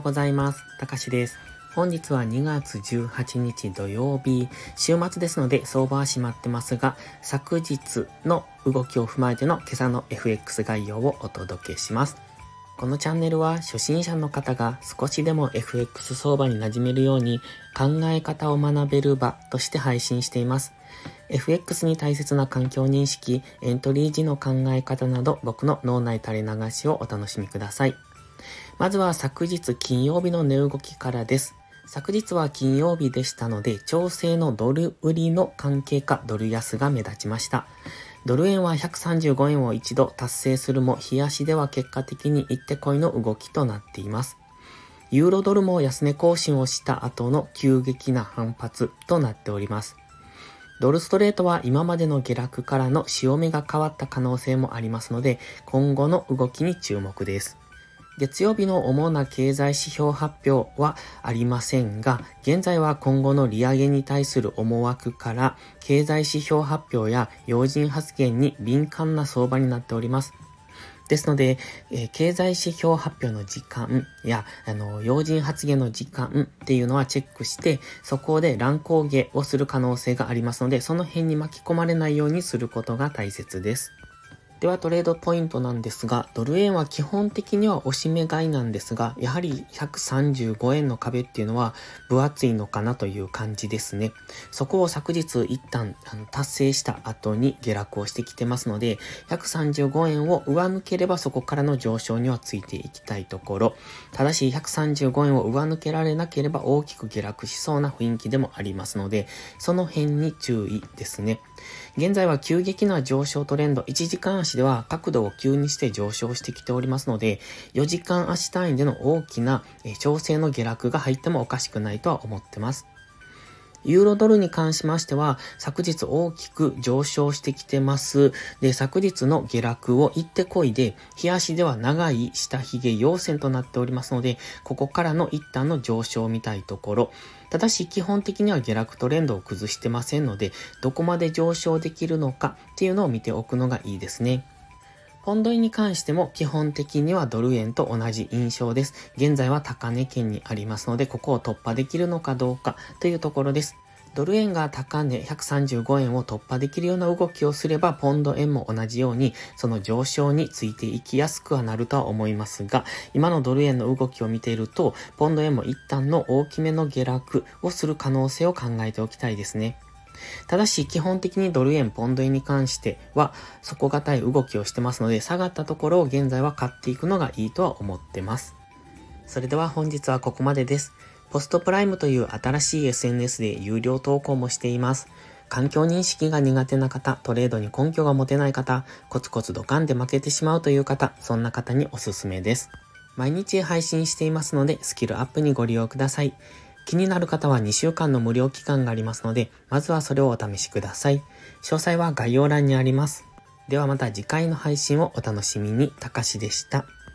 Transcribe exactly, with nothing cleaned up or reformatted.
ございます。たかしです。本日はにがつじゅうはちにち土曜日、週末ですので相場は閉まってますが、昨日の動きを踏まえての今朝の エフエックス 概要をお届けします。このチャンネルは初心者の方が少しでも エフエックス 相場に馴染めるように考え方を学べる場として配信しています。エフエックス に大切な環境認識、エントリー時の考え方など僕の脳内垂れ流しをお楽しみください。まずは昨日金曜日の値動きからです。昨日は金曜日でしたので、調整のドル売りの関係かドル安が目立ちました。ドル円はひゃくさんじゅうごえんを一度達成するも、日足では結果的に行ってこいの動きとなっています。ユーロドルも安値更新をした後の急激な反発となっております。ドルストレートは今までの下落からの潮目が変わった可能性もありますので、今後の動きに注目です。月曜日の主な経済指標発表はありませんが、現在は今後の利上げに対する思惑から、経済指標発表や要人発言に敏感な相場になっております。ですので、えー、経済指標発表の時間や、あの、要人発言の時間っていうのはチェックして、そこで乱高下をする可能性がありますので、その辺に巻き込まれないようにすることが大切です。ではトレードポイントなんですが、ドル円は基本的には押し目買いなんですが、やはりひゃくさんじゅうごえんの壁っていうのは分厚いのかなという感じですね。そこを昨日一旦あの達成した後に下落をしてきてますので、ひゃくさんじゅうごえんを上抜ければそこからの上昇にはついていきたいところ。ただしひゃくさんじゅうごえんを上抜けられなければ大きく下落しそうな雰囲気でもありますので、その辺に注意ですね。現在は急激な上昇トレンド、いちじかん足では角度を急にして上昇してきておりますので、よじかん足単位での大きな調整の下落が入ってもおかしくないとは思ってます。ユーロドルに関しましては、昨日大きく上昇してきてます。で、昨日の下落を行ってこいで、日足では長い下髭陽線となっておりますので、ここからの一旦の上昇を見たいところ。ただし、基本的には下落トレンドを崩してませんので、どこまで上昇できるのかっていうのを見ておくのがいいですね。ポンド円に関しても基本的にはドル円と同じ印象です。現在は高値圏にありますので、ここを突破できるのかどうかというところです。ドル円が高値ひゃくさんじゅうごえんを突破できるような動きをすれば、ポンド円も同じようにその上昇についていきやすくはなるとは思いますが、今のドル円の動きを見ていると、ポンド円も一旦の大きめの下落をする可能性を考えておきたいですね。ただし基本的にドル円、ポンド円に関しては底堅い動きをしてますので、下がったところを現在は買っていくのがいいとは思ってます。それでは本日はここまでです。ポストプライムという新しい エスエヌエス で有料投稿もしています。環境認識が苦手な方、トレードに根拠が持てない方、コツコツドカンで負けてしまうという方、そんな方におすすめです。毎日配信していますので、スキルアップにご利用ください。気になる方はにしゅうかんの無料期間がありますので、まずはそれをお試しください。詳細は概要欄にあります。ではまた次回の配信をお楽しみに。たかしでした。